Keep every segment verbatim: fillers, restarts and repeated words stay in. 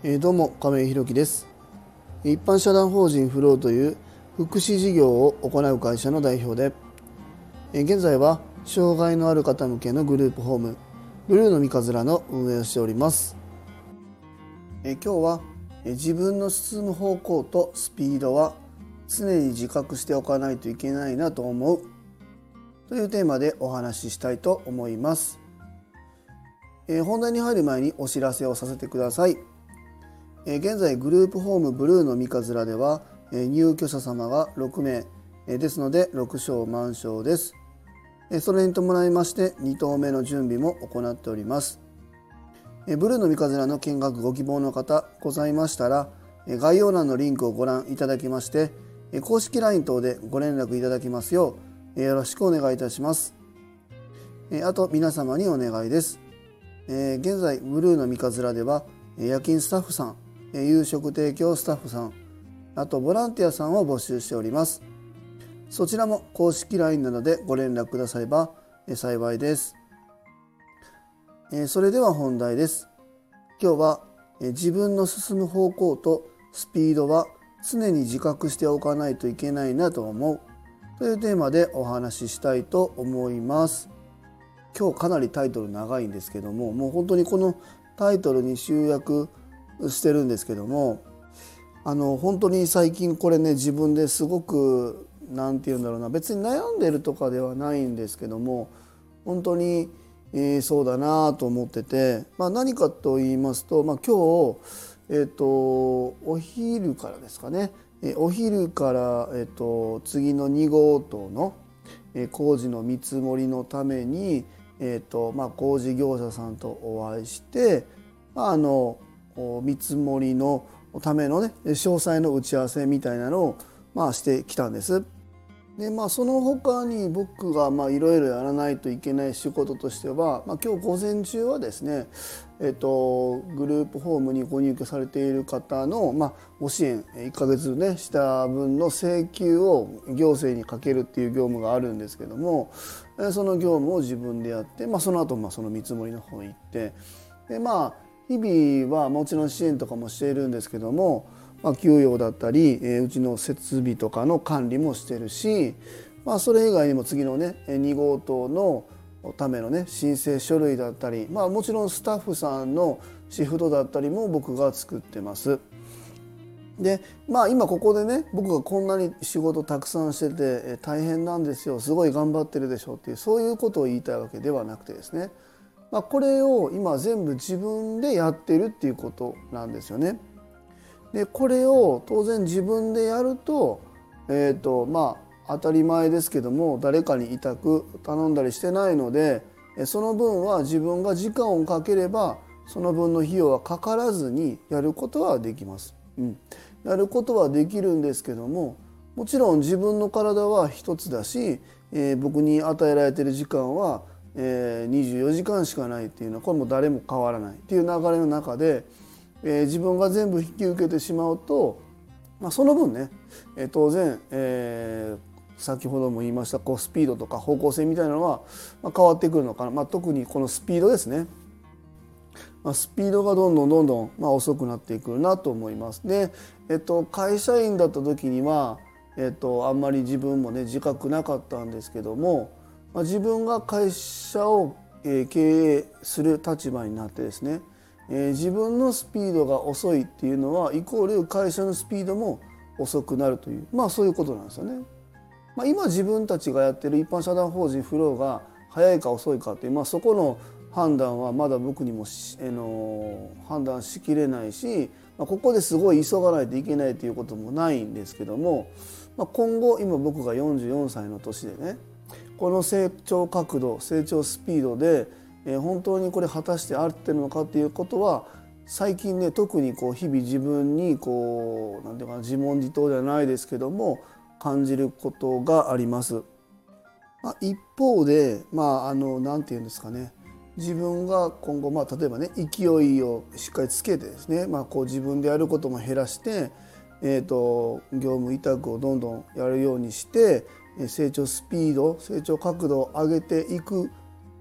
えーどうも亀井ひろきです。一般社団法人フローという福祉事業を行う会社の代表で、えー現在は障害のある方向けのグループホームブルーの三日面の運営をしております。えー今日はえー自分の進む方向とスピードは常に自覚しておかないといけないなと思うというテーマでお話ししたいと思います。えー本題に入る前にお知らせをさせてください。現在グループホームブルーの三日面では入居者様がろくめいですのでろく床満床です。それに伴いましてに棟目の準備も行っております。ブルーの三日面の見学ご希望の方ございましたら、概要欄のリンクをご覧いただきまして公式 ライン 等でご連絡いただきますようよろしくお願いいたします。あと皆様にお願いです。現在ブルーの三日面では夜勤スタッフさん、夕食提供スタッフさん、あとボランティアさんを募集しております。そちらも公式 ライン などでご連絡くだされば幸いです。それでは本題です。今日は自分の進む方向とスピードは常に自覚しておかないといけないなと思うというテーマでお話ししたいと思います。今日かなりタイトル長いんですけども、もう本当にこのタイトルに集約してるんですけども、あの本当に最近これね自分ですごくなんて言うんだろうな、別に悩んでるとかではないんですけども、本当に、えー、そうだなと思ってて、まあ、何かと言いますと、まあ、今日、えー、とお昼からですかね、えー、お昼から、えー、と次のに号棟の、えー、工事の見積もりのために、えーとまあ、工事業者さんとお会いして、まあ、あの見積もりのためのね詳細の打ち合わせみたいなのを、まあ、してきたんです。でまあその他に僕がいろいろやらないといけない仕事としては、まあ、今日午前中はですね、えっと、グループホームにご入居されている方の、まあ、ご支援いっかげつねした分の請求を行政にかけるっていう業務があるんですけども、その業務を自分でやって、まあ、その後まあその見積もりの方に行って、でまあ日々はもちろん支援とかもしているんですけども、まあ、給与だったり、えー、うちの設備とかの管理もしてるし、まあ、それ以外にも次のねに号棟のためのね申請書類だったり、まあ、もちろんスタッフさんのシフトだったりも僕が作ってます。でまあ今ここでね僕がこんなに仕事たくさんしてて、えー、大変なんですよ、すごい頑張ってるでしょっていう、そういうことを言いたいわけではなくてですね、まあ、これを今全部自分でやってるっていうことなんですよね。でこれを当然自分でやると、えーとまあ、当たり前ですけども誰かに委託頼んだりしてないので、その分は自分が時間をかければその分の費用はかからずにやることはできます。うん、やることはできるんですけども、もちろん自分の体は一つだし、えー、僕に与えられている時間はえー、にじゅうよじかんしかないっていうのはこれも誰も変わらないっていう流れの中で、えー、自分が全部引き受けてしまうと、まあ、その分ね、えー、当然、えー、先ほども言いましたこうスピードとか方向性みたいなのは、まあ、変わってくるのかな、まあ、特にこのスピードですね、まあ、スピードがどんどんどんどん、まあ、遅くなってくるなと思います。で、えっと、会社員だった時には、えっと、あんまり自分もね自覚なかったんですけども、自分が会社を経営する立場になってですね、自分のスピードが遅いっていうのはイコール会社のスピードも遅くなるという、まあそういうことなんですよね。まあ、今自分たちがやってる一般社団法人フローが早いか遅いかっていう、まあ、そこの判断はまだ僕にもあの判断しきれないし、まあ、ここですごい急がないといけないということもないんですけども、まあ、今後今僕がよんじゅうよんさいの年でね、この成長角度成長スピードで、えー、本当にこれ果たして合ってるのかっていうことは最近ね特にこう日々自分にこうなんていうかな自問自答じゃないですけども感じることがあります。まあ、一方でまああのなんていうんですかね、自分が今後まあ例えばね勢いをしっかりつけてですね、まあ、こう自分でやることも減らして、えーと業務委託をどんどんやるようにして成長スピード成長角度を上げていく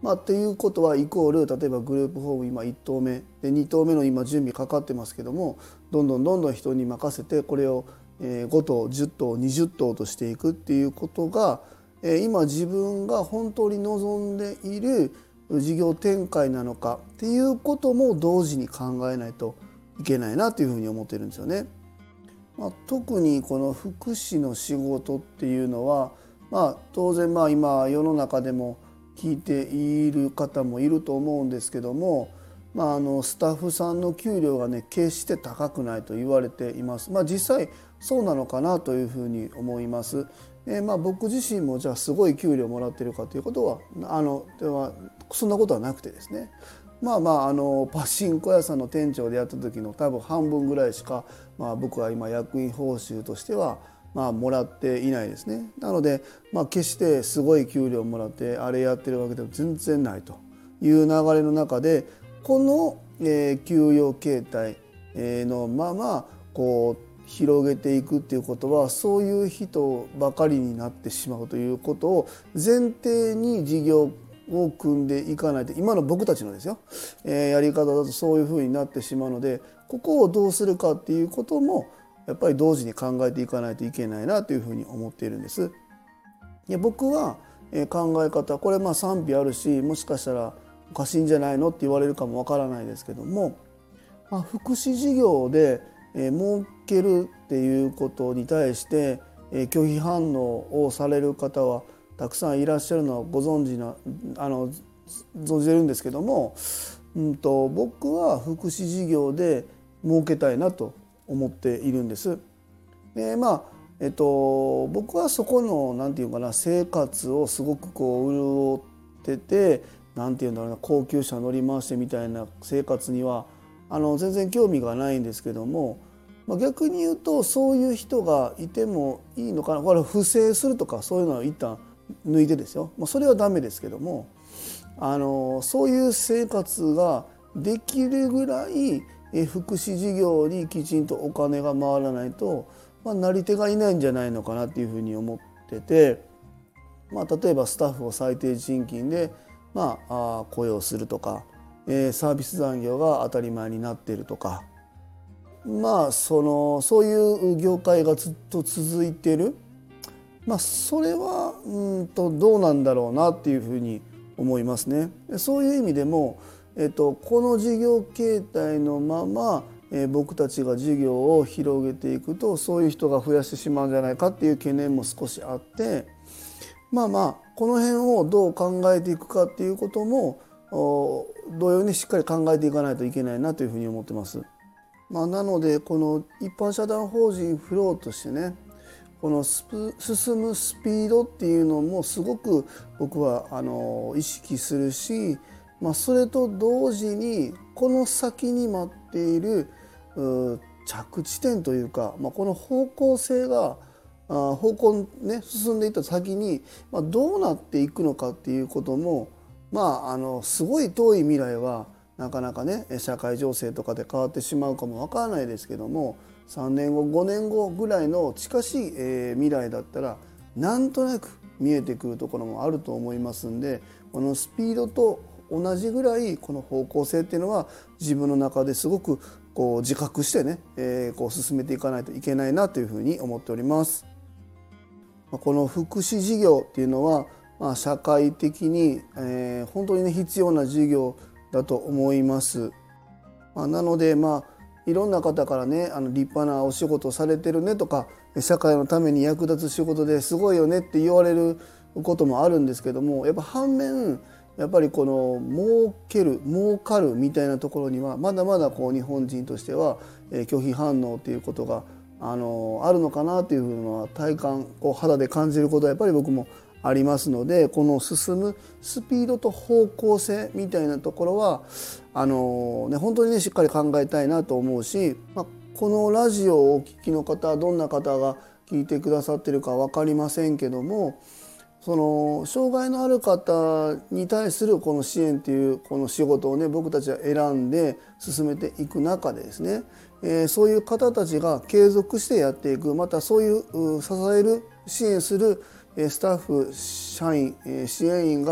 まあ、っていうことはイコール例えばグループホーム今いっ棟目でに棟目の今準備かかってますけども、どんどんどんどん人に任せてこれをご棟じゅっ棟にじゅっ棟としていくっていうことが今自分が本当に望んでいる事業展開なのかっていうことも同時に考えないといけないなというふうに思っているんですよね。まあ、特にこの福祉の仕事っていうのは、まあ、当然まあ今世の中でも聞いている方もいると思うんですけども、まあ、あのスタッフさんの給料がね決して高くないと言われています。まあ、実際そうなのかなというふうに思います。えー、まあ僕自身もじゃあすごい給料もらってるかということはあのではそんなことはなくてですね、まあまああのパチンコ屋さんの店長でやった時の多分半分ぐらいしか、まあ、僕は今役員報酬としてはまあもらっていないですね。なので、まあ、決してすごい給料もらってあれやってるわけでも全然ないという流れの中で、この、えー、給与形態のままこう広げていくっていうことは、そういう人ばかりになってしまうということを前提に事業を組んでいかないと、今の僕たちのですよ、えー、やり方だとそういうふうになってしまうので、ここをどうするかっていうこともやっぱり同時に考えていかないといけないなというふうに思っているんです。いや僕は考え方これまあ賛否あるし、もしかしたらおかしいんじゃないのって言われるかもわからないですけども、まあ、福祉事業で儲けるっていうことに対して拒否反応をされる方はたくさんいらっしゃるのはご存知なあの存じてるんですけども、うんと僕は福祉事業で儲けたいなと思っているんです。でまあえっと僕はそこのなんていうかな生活をすごくこう潤ってて、なんていうんだろうな、高級車乗り回してみたいな生活にはあの全然興味がないんですけども、まあ、逆に言うとそういう人がいてもいいのかな。これ不正するとかそういうのは一旦抜いてですよ、まあ、それはダメですけども、あのそういう生活ができるぐらい福祉事業にきちんとお金が回らないと、まあ、なり手がいないんじゃないのかなっていうふうに思ってて、まあ、例えばスタッフを最低賃金で、まあ、雇用するとか、えー、サービス残業が当たり前になっているとか、まあそのそういう業界がずっと続いている、まあ、それはうんとどうなんだろうなっていうふうに思いますね。そういう意味でも、えっと、この事業形態のまま、えー、僕たちが事業を広げていくとそういう人が増やしてしまうんじゃないかっていう懸念も少しあって、まあまあこの辺をどう考えていくかっていうことも同様にしっかり考えていかないといけないなというふうに思ってます。まあ、なのでこの一般社団法人フローとしてね、このスプ進むスピードっていうのもすごく僕はあの意識するし、まあ、それと同時にこの先に待っている着地点というか、まあ、この方向性が方向ね進んでいった先に、まあ、どうなっていくのかっていうことも、まあ、あのすごい遠い未来はなかなかね社会情勢とかで変わってしまうかもわからないですけども、さんねんごごねんごぐらいの近しい、えー、未来だったらなんとなく見えてくるところもあると思いますんで、このスピードと同じぐらいこの方向性っていうのは自分の中ですごくこう自覚してね、えー、こう進めていかないといけないなというふうに思っております。この福祉事業っていうのは、まあ、社会的に、えー、本当にね必要な事業だと思います。まあ、なのでまあいろんな方からね、あの立派なお仕事されてるねとか社会のために役立つ仕事ですごいよねって言われることもあるんですけども、やっぱ反面やっぱりこの儲ける儲かるみたいなところにはまだまだこう日本人としては拒否反応っていうことがあのあるのかなというのは体感こう肌で感じることはやっぱり僕もありますので、この進むスピードと方向性みたいなところはあの、ね、本当にねしっかり考えたいなと思うし、まあ、このラジオをお聞きの方どんな方が聞いてくださってるか分かりませんけども、その障害のある方に対するこの支援っていうこの仕事をね僕たちは選んで進めていく中でですね、えー、そういう方たちが継続してやっていく、またそういう支える支援するスタッフ社員支援員が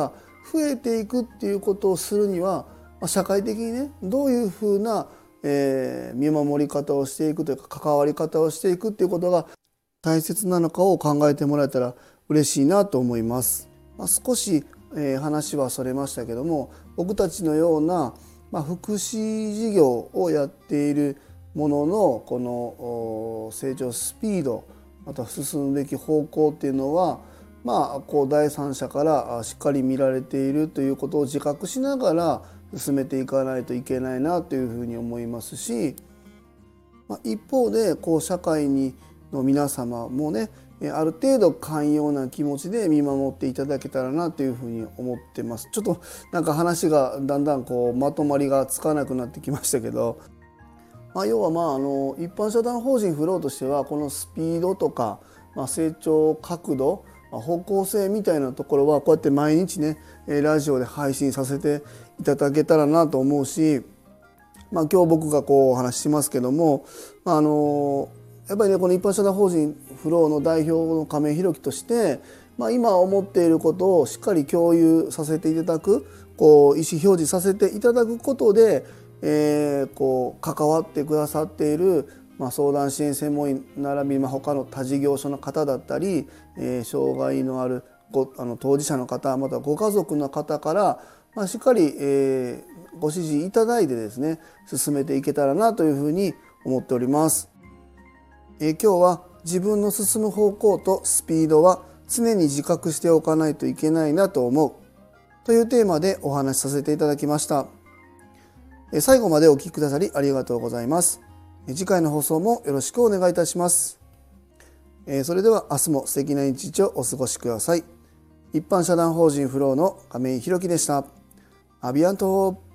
増えていくっていうことをするには、まあ、社会的にねどういうふうな、えー、見守り方をしていくというか関わり方をしていくっていうことが大切なのかを考えてもらえたら嬉しいなと思います。まあ、少し、えー、話はそれましたけども、僕たちのような、まあ、福祉事業をやっているもののこの成長スピードまた進むべき方向っていうのは、まあ、こう第三者からしっかり見られているということを自覚しながら進めていかないといけないなというふうに思いますし、まあ、一方でこう社会にの皆様もねある程度寛容な気持ちで見守っていただけたらなというふうに思ってます。ちょっとなんか話がだんだんこうまとまりがつかなくなってきましたけど、まあ、要はまああの一般社団法人フローとしてはこのスピードとか、まあ、成長角度、まあ、方向性みたいなところはこうやって毎日ねラジオで配信させていただけたらなと思うし、まあ、今日僕がこうお話ししますけども、まあ、あのやっぱりねこの一般社団法人フローの代表の亀井宏樹として、まあ、今思っていることをしっかり共有させていただくこう意思表示させていただくことで、えー、こう関わってくださっている、まあ、相談支援専門員並び、まあ、他の他事業所の方だったり、えー、障害のあるごあの当事者の方またはご家族の方から、まあ、しっかり、えー、ご指示いただいてですね進めていけたらなというふうに思っております。えー、今日は自分の進む方向とスピードは常に自覚しておかないといけないなと思うというテーマでお話しさせていただきました。えー、最後までお聞きくださりありがとうございます。えー、次回の放送もよろしくお願いいたします。えー、それでは明日も素敵な一日をお過ごしください。一般社団法人フローの亀井宏樹でした。アビアント。